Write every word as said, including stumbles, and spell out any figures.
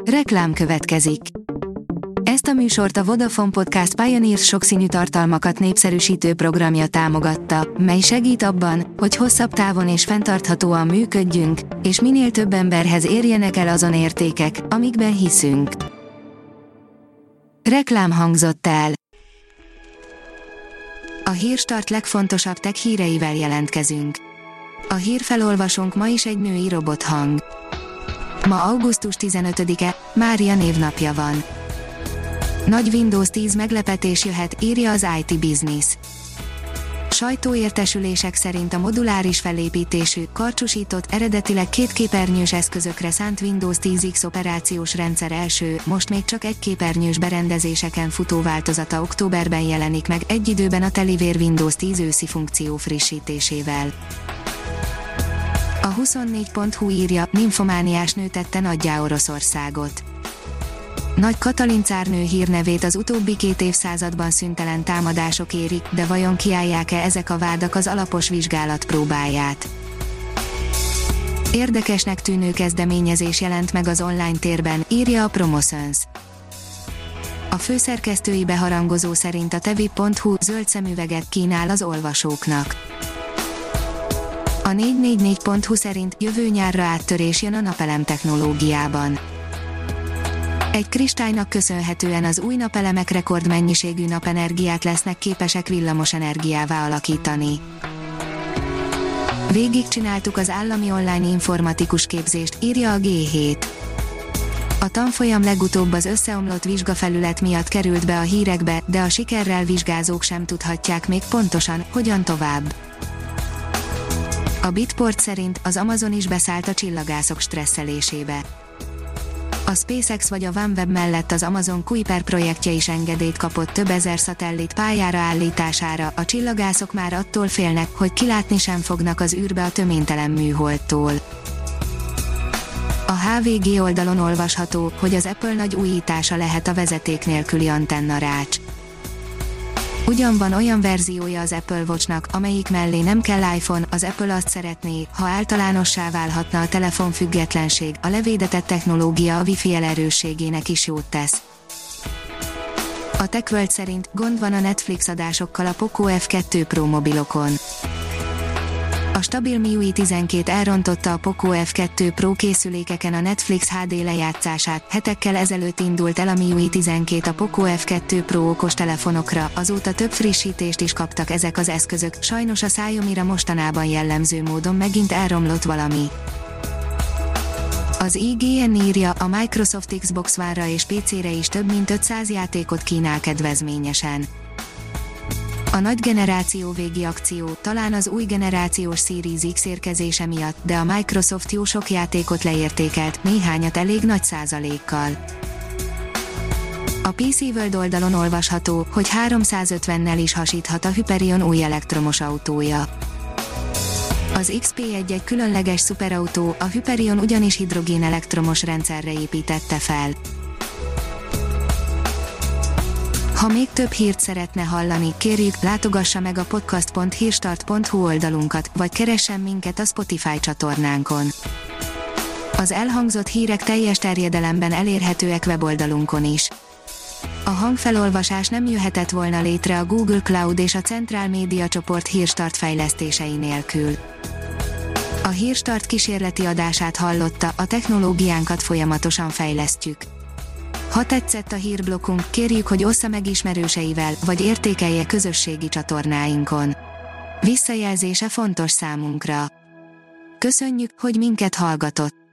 Reklám következik. Ezt a műsort a Vodafone Podcast Pioneers sokszínű tartalmakat népszerűsítő programja támogatta, mely segít abban, hogy hosszabb távon és fenntarthatóan működjünk, és minél több emberhez érjenek el azon értékek, amikben hiszünk. Reklám hangzott el. A Hírstart legfontosabb tech híreivel jelentkezünk. A hírfelolvasónk ma is egy női robothang. Ma augusztus tizenötödike, Mária névnapja van. Nagy Windows tíz meglepetés jöhet, írja az i té Business. Sajtóértesülések szerint a moduláris felépítésű, karcsúsított, eredetileg két képernyős eszközökre szánt Windows tíz X operációs rendszer első, most még csak egy képernyős berendezéseken futó változata októberben jelenik meg, egy időben a telivér Windows tíz őszi funkció frissítésével. A huszonnégy pont hu írja, nymfomániás nő tette nagyjá Oroszországot. Nagy Katalin cárnő hírnevét az utóbbi két évszázadban szüntelen támadások érik, de vajon kiállják-e ezek a vádak az alapos vizsgálat próbáját? Érdekesnek tűnő kezdeményezés jelent meg az online térben, írja a Promotions. A főszerkesztői beharangozó szerint a tevi pont hu zöld szemüveget kínál az olvasóknak. A négy négy négy pont hu szerint jövő nyárra áttörés jön a napelem technológiában. Egy kristálynak köszönhetően az új napelemek rekordmennyiségű napenergiát lesznek képesek villamosenergiává alakítani. Végigcsináltuk az állami online informatikus képzést, írja a gé hét. A tanfolyam legutóbb az összeomlott vizsgafelület miatt került be a hírekbe, de a sikerrel vizsgázók sem tudhatják még pontosan, hogyan tovább. A Bitport szerint az Amazon is beszállt a csillagászok stresszelésébe. A SpaceX vagy a OneWeb mellett az Amazon Kuiper projektje is engedélyt kapott több ezer szatellit pályára állítására, a csillagászok már attól félnek, hogy kilátni sem fognak az űrbe a töménytelen műholdtól. A há vé gé oldalon olvasható, hogy az Apple nagy újítása lehet a vezeték nélküli antennarács. Ugyan van olyan verziója az Apple Watchnak, amelyik mellé nem kell iPhone, az Apple azt szeretné, ha általánossá válhatna a telefonfüggetlenség, a levédetett technológia a Wi-Fi elerősségének is jót tesz. A TechWorld szerint gond van a Netflix adásokkal a Poco ef kettő Pro mobilokon. A stabil em i u i tizenkét elrontotta a Poco ef kettő Pro készülékeken a Netflix há dé lejátszását, hetekkel ezelőtt indult el a em i u i tizenkét a Poco ef kettő Pro okostelefonokra, azóta több frissítést is kaptak ezek az eszközök, sajnos a Xiaomira mostanában jellemző módon megint elromlott valami. Az i gé en írja, a Microsoft Xbox One-ra és pé cére is több mint ötszáz játékot kínál kedvezményesen. A nagy generáció végi akció, talán az új generációs Series X érkezése miatt, de a Microsoft jó sok játékot leértékelt, néhányat elég nagy százalékkal. A pé cé World oldalon olvasható, hogy háromszázötvennel is hasíthat a Hyperion új elektromos autója. Az iksz pé egy egy különleges szuperautó, a Hyperion ugyanis hidrogén elektromos rendszerre építette fel. Ha még több hírt szeretne hallani, kérjük, látogassa meg a podcast pont hírstart pont hu oldalunkat, vagy keressen minket a Spotify csatornánkon. Az elhangzott hírek teljes terjedelemben elérhetőek weboldalunkon is. A hangfelolvasás nem jöhetett volna létre a Google Cloud és a Central Media csoport Hírstart fejlesztései nélkül. A Hírstart kísérleti adását hallotta, a technológiánkat folyamatosan fejlesztjük. Ha tetszett a hírblokkunk, kérjük, hogy ossza meg ismerőseivel, vagy értékelje közösségi csatornáinkon. Visszajelzése fontos számunkra. Köszönjük, hogy minket hallgatott!